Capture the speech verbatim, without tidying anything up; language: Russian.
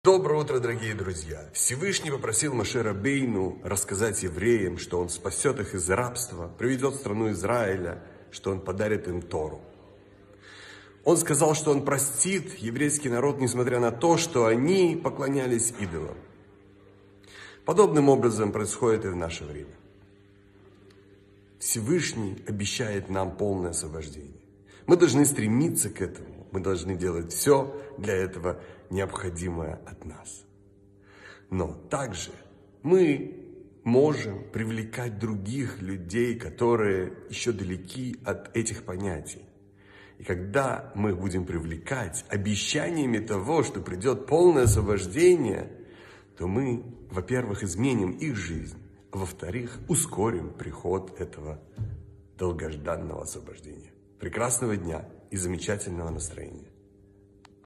Доброе утро, дорогие друзья! Всевышний попросил Моше Рабейну рассказать евреям, что он спасет их из рабства, приведет в страну Израиля, что он подарит им Тору. Он сказал, что он простит еврейский народ, несмотря на то, что они поклонялись идолам. Подобным образом происходит и в наше время. Всевышний обещает нам полное освобождение. Мы должны стремиться к этому. Мы должны делать все для этого необходимое от нас. Но также мы можем привлекать других людей, которые еще далеки от этих понятий. И когда мы будем привлекать обещаниями того, что придет полное освобождение, то мы, во-первых, изменим их жизнь, а во-вторых, ускорим приход этого долгожданного освобождения. Прекрасного дня и замечательного настроения.